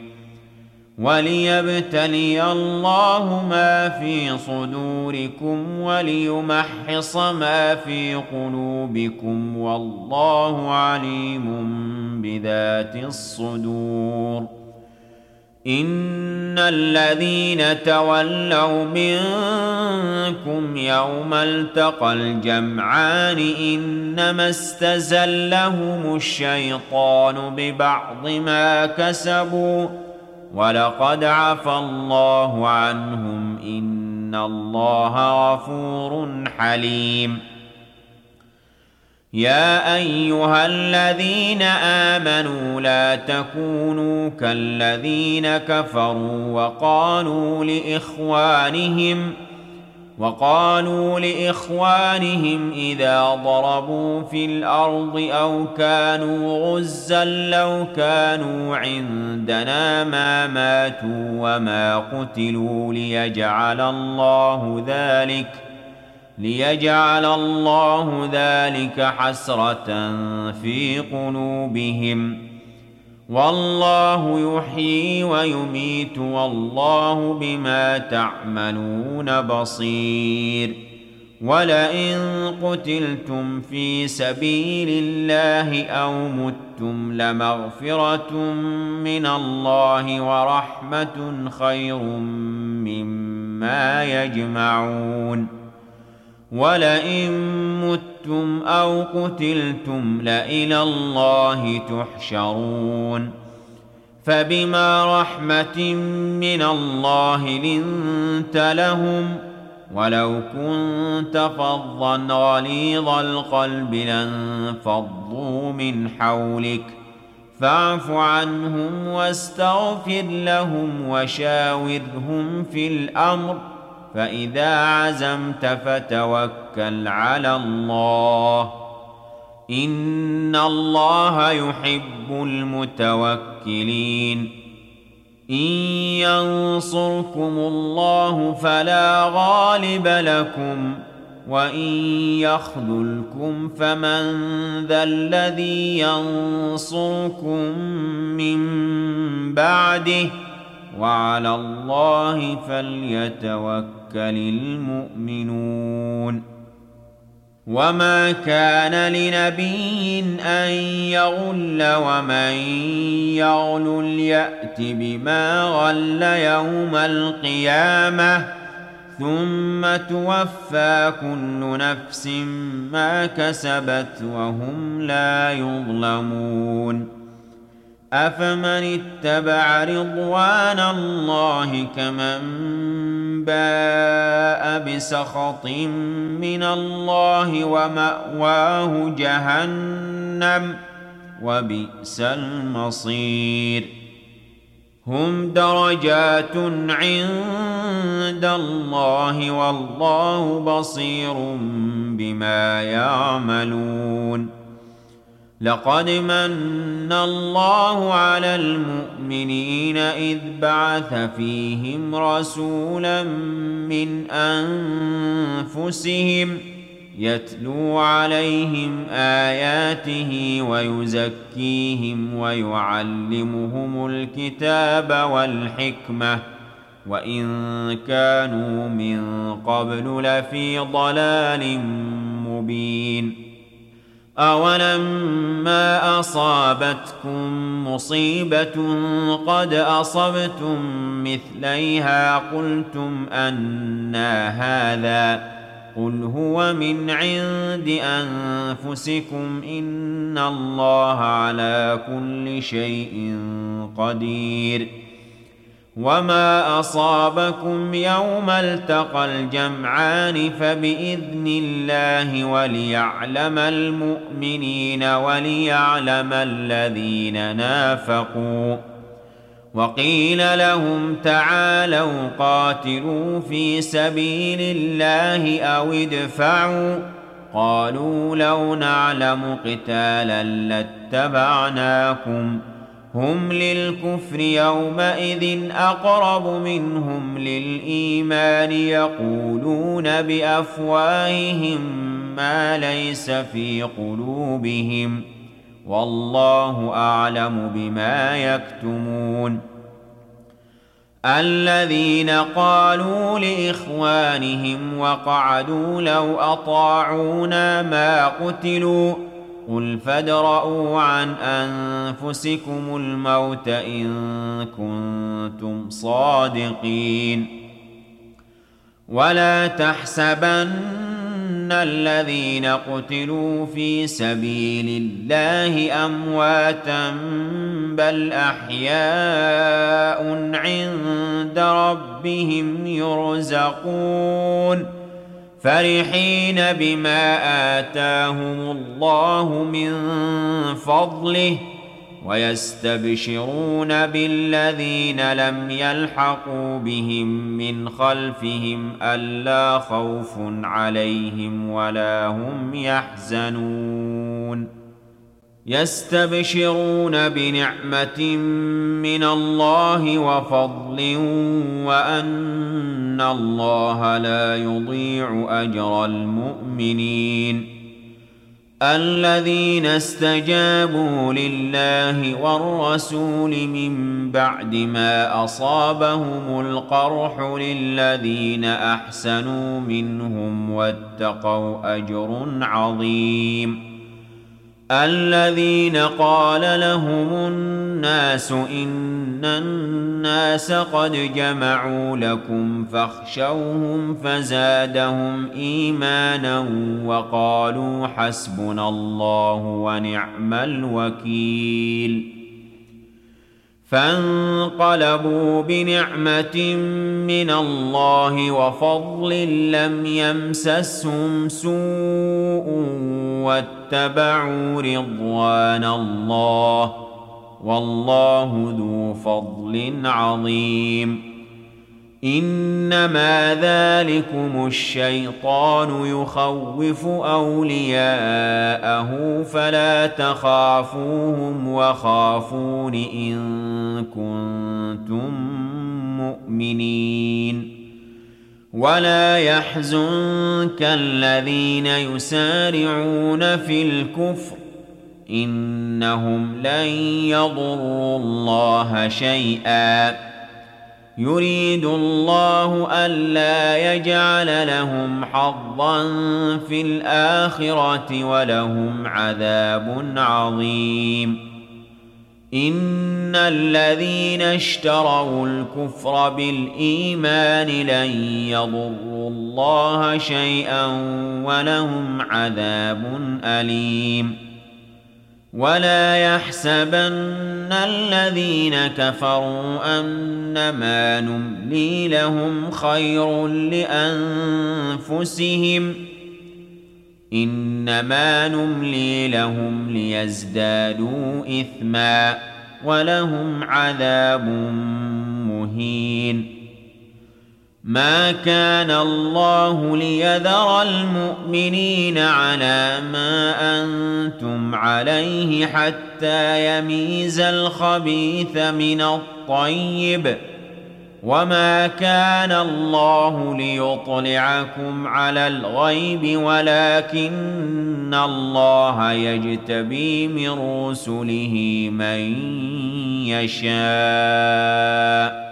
وليبتلي الله ما في صدوركم وليمحص ما في قلوبكم والله عليم بذات الصدور إن الذين تولوا منكم يوم التقى الجمعان إنما استزلهم الشيطان ببعض ما كسبوا ولقد عفا الله عنهم إن الله غفور حليم يا أيها الذين آمنوا لا تكونوا كالذين كفروا وقالوا لإخوانهم إذا ضربوا في الأرض أو كانوا غزا لو كانوا عندنا ما ماتوا وما قتلوا ليجعل الله ذلك حسرة في قلوبهم والله يحيي ويميت والله بما تعملون بصير ولئن قتلتم في سبيل الله أو متم لمغفرة من الله ورحمة خير مما يجمعون ولئن متم أو قتلتم لإلى الله تحشرون فبما رحمة من الله لنت لهم ولو كنت فظا غليظ القلب لانفضوا من حولك فاعف عنهم واستغفر لهم وشاورهم في الأمر فإذا عزمت فتوكل على الله إن الله يحب المتوكلين إن ينصركم الله فلا غالب لكم وإن يخذلكم فمن ذا الذي ينصركم من بعده وعلى الله فليتوكل المؤمنون وما كان لنبي أن يغل ومن يغل يأت بما غل يوم القيامة ثم توفى كل نفس ما كسبت وهم لا يظلمون أفمن اتبع رضوان الله كمن باء بسخط من الله ومأواه جهنم وبئس المصير هم درجات عند الله والله بصير بما يعملون لقد من الله على المؤمنين إذ بعث فيهم رسولا من أنفسهم يتلو عليهم آياته ويزكيهم ويعلمهم الكتاب والحكمة وإن كانوا من قبل لفي ضلال مبين أولما أصابتكم مصيبة قد أصبتم مثليها قلتم أنى هذا قل هو من عند أنفسكم إن الله على كل شيء قدير وما أصابكم يوم التقى الجمعان فبإذن الله وليعلم المؤمنين وليعلم الذين نافقوا وقيل لهم تعالوا قاتلوا في سبيل الله أو ادفعوا قالوا لو نعلم قتالا لاتبعناكم هم للكفر يومئذ أقرب منهم للإيمان يقولون بأفواههم ما ليس في قلوبهم والله أعلم بما يكتمون الذين قالوا لإخوانهم وقعدوا لو أطاعونا ما قتلوا قل فادرءوا عن أنفسكم الموت إن كنتم صادقين ولا تحسبن الذين قتلوا في سبيل الله أمواتا بل أحياء عند ربهم يرزقون فرحين بما آتاهم الله من فضله ويستبشرون بالذين لم يلحقوا بهم من خلفهم ألا خوف عليهم ولا هم يحزنون يستبشرون بنعمة من الله وفضل وأن الله لا يضيع أجر المؤمنين الذين استجابوا لله والرسول من بعد ما أصابهم القرح للذين أحسنوا منهم واتقوا أجر عظيم الذين قال لهم الناس إن الناس قد جمعوا لكم فاخشوهم فزادهم إيمانا وقالوا حسبنا الله ونعم الوكيل فانقلبوا بنعمة من الله وفضل لم يمسسهم سوء واتبعوا رضوان الله والله ذو فضل عظيم إنما ذلكم الشيطان يخوف أولياءه فلا تخافوهم وخافون إن كنتم مؤمنين ولا يحزنك الذين يسارعون في الكفر إنهم لن يضروا الله شيئا يريد الله ألا يجعل لهم حظا في الآخرة ولهم عذاب عظيم. إن الذين اشتروا الكفر بالإيمان لن يضروا الله شيئا ولهم عذاب أليم. ولا يحسبن الذين كفروا أنما نملي لهم خير لأنفسهم إنما نملي لهم ليزدادوا إثما ولهم عذاب مهين. ما كان الله ليذر المؤمنين على ما أنتم عليه حتى يميز الخبيث من الطيب، وما كان الله ليطلعكم على الغيب ولكن الله يجتبي من رسله من يشاء.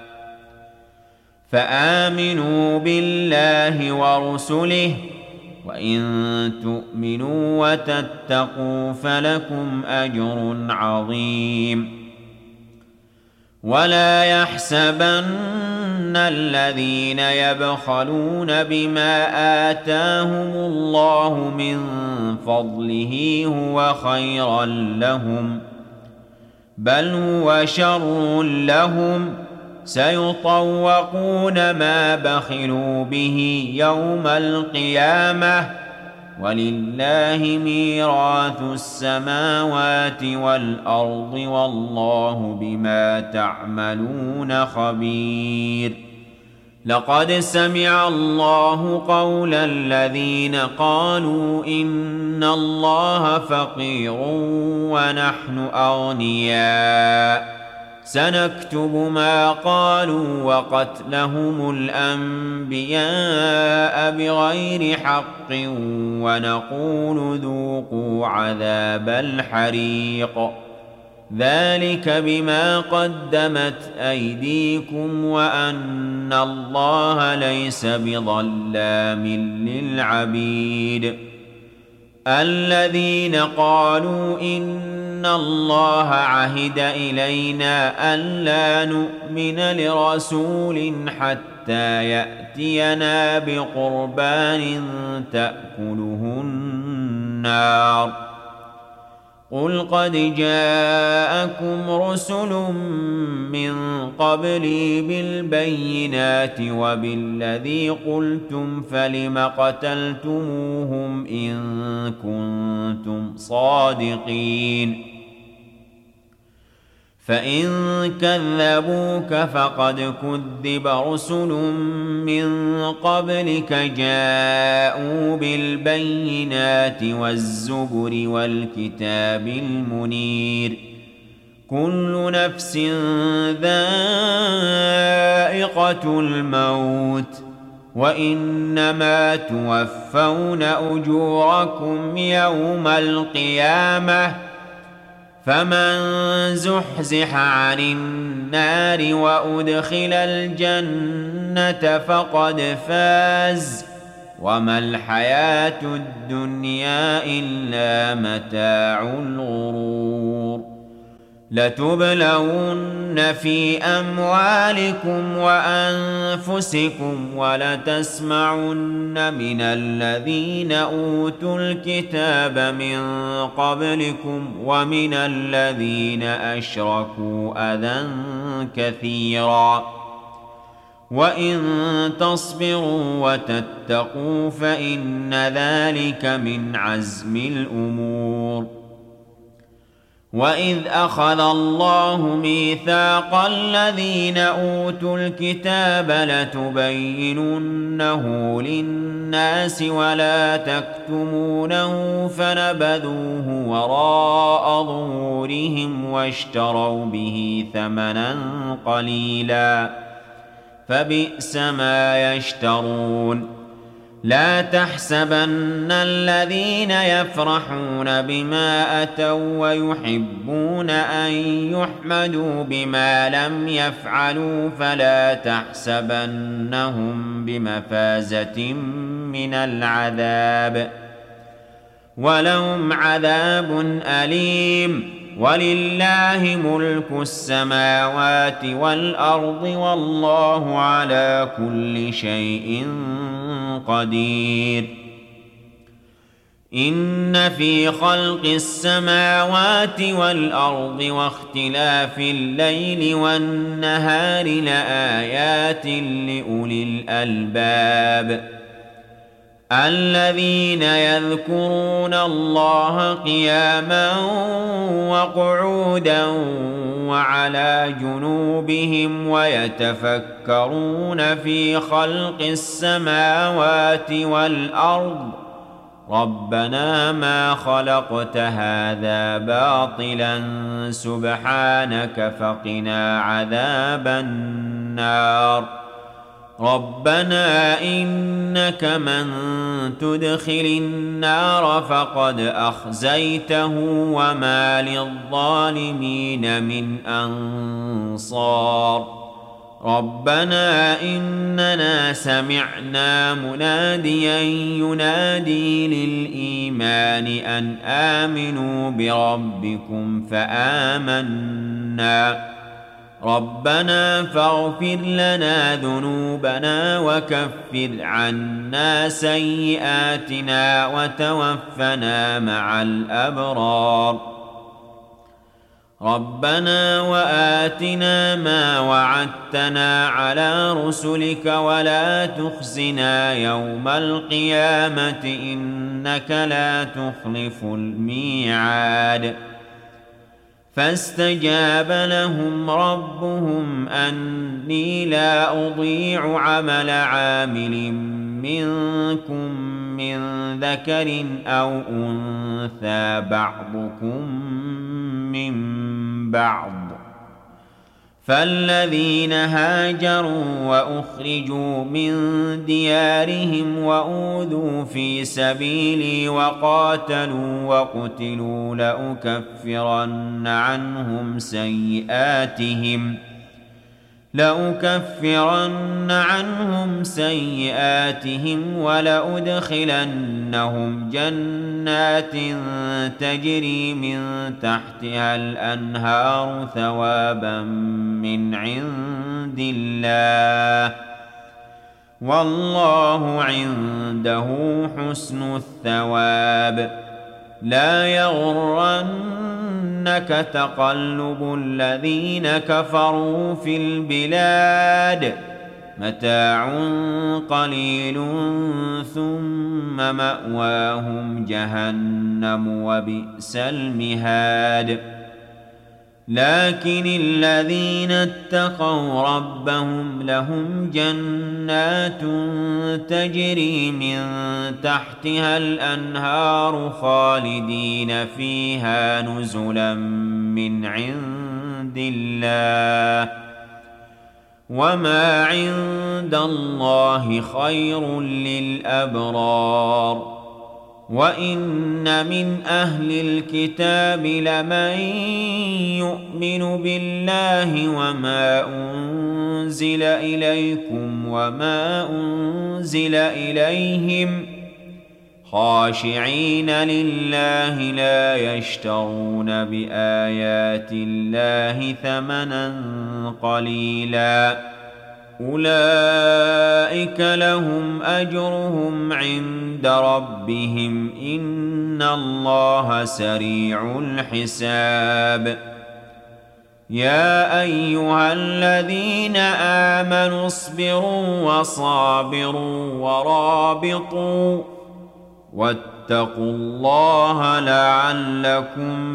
فآمنوا بالله ورسله، وإن تؤمنوا وتتقوا فلكم أجر عظيم. ولا يحسبن الذين يبخلون بما آتاهم الله من فضله هو خيرا لهم، بل هو شر لهم، سيطوقون ما بخلوا به يوم القيامة، ولله ميراث السماوات والأرض والله بما تعملون خبير. لقد سمع الله قول الذين قالوا إن الله فقير ونحن أغنياء، سنكتب ما قالوا وقتلهم الأنبياء بغير حق ونقول ذوقوا عذاب الحريق، ذلك بما قدمت أيديكم وأن الله ليس بظلام للعبيد. الذين قالوا إن الله عهد إلينا ألا نؤمن لرسول حتى يأتينا بقربان تأكله النار، قل قد جاءكم رسل من قبلي بالبينات وبالذي قلتم فلم قتلتموهم إن كنتم صادقين. فإن كذبوك فقد كذب رسل من قبلك جاءوا بالبينات والزبر والكتاب المنير، كل نفس ذائقة الموت، وإنما توفون أجوركم يوم القيامة، فمن زحزح عن النار وأدخل الجنة فقد فاز، وما الحياة الدنيا إلا متاع الغرور. لتبلون في أموالكم وأنفسكم ولتسمعن من الذين أوتوا الكتاب من قبلكم ومن الذين أشركوا أذى كثيرا، وإن تصبروا وتتقوا فإن ذلك من عزم الأمور. وإذ أخذ الله ميثاق الذين أوتوا الكتاب لتبيننه للناس ولا تكتمونه فنبذوه وراء ظهورهم واشتروا به ثمنا قليلا فبئس ما يشترون. لا تحسبن الذين يفرحون بما أتوا ويحبون أن يحمدوا بما لم يفعلوا فلا تحسبنهم بمفازة من العذاب ولهم عذاب أليم ولله ملك السماوات والأرض والله على كل شيء قدير إن في خلق السماوات والأرض واختلاف الليل والنهار لآيات لأولي الألباب الذين يذكرون الله قياما وقعودا وعلى جنوبهم ويتفكرون في خلق السماوات والأرض ربنا ما خلقت هذا باطلا سبحانك فقنا عذاب النار ربنا إنك من تدخل النار فقد أخزيته وما للظالمين من أنصار ربنا إننا سمعنا مناديا ينادي للإيمان أن آمنوا بربكم فآمنا ربنا فاغفر لنا ذنوبنا وكفر عنا سيئاتنا وتوفنا مع الأبرار ربنا وآتنا ما وعدتنا على رسلك ولا تخزنا يوم القيامة إنك لا تخلف الميعاد فاستجاب لهم ربهم أني لا أضيع عمل عامل منكم من ذكر أو أنثى بعضكم من بعض فالذين هاجروا وأخرجوا من ديارهم وأوذوا في سبيلي وقاتلوا وقتلوا لأكفرن عنهم سيئاتهم ولأدخلنهم جنات تجري من تحتها الأنهار ثوابا من عند الله والله عنده حسن الثواب لا يغرنك تقلب الذين كفروا في البلاد متاع قليل ثم مأواهم جهنم وبئس المهاد لكن الذين اتقوا ربهم لهم جنات تجري من تحتها الأنهار خالدين فيها نزلا من عند الله وما عند الله خير للأبرار وإن من أهل الكتاب لمن يؤمن بالله وما أنزل إليكم وما أنزل إليهم خاشعين لله لا يشترون بآيات الله ثمنا قليلا أولئك لهم أجرهم عند ربهم إن الله سريع الحساب يا أيها الذين آمنوا اصبروا وصابروا ورابطوا واتقوا الله لعلكم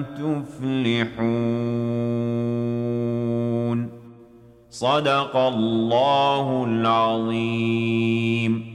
تفلحون صدق الله العظيم.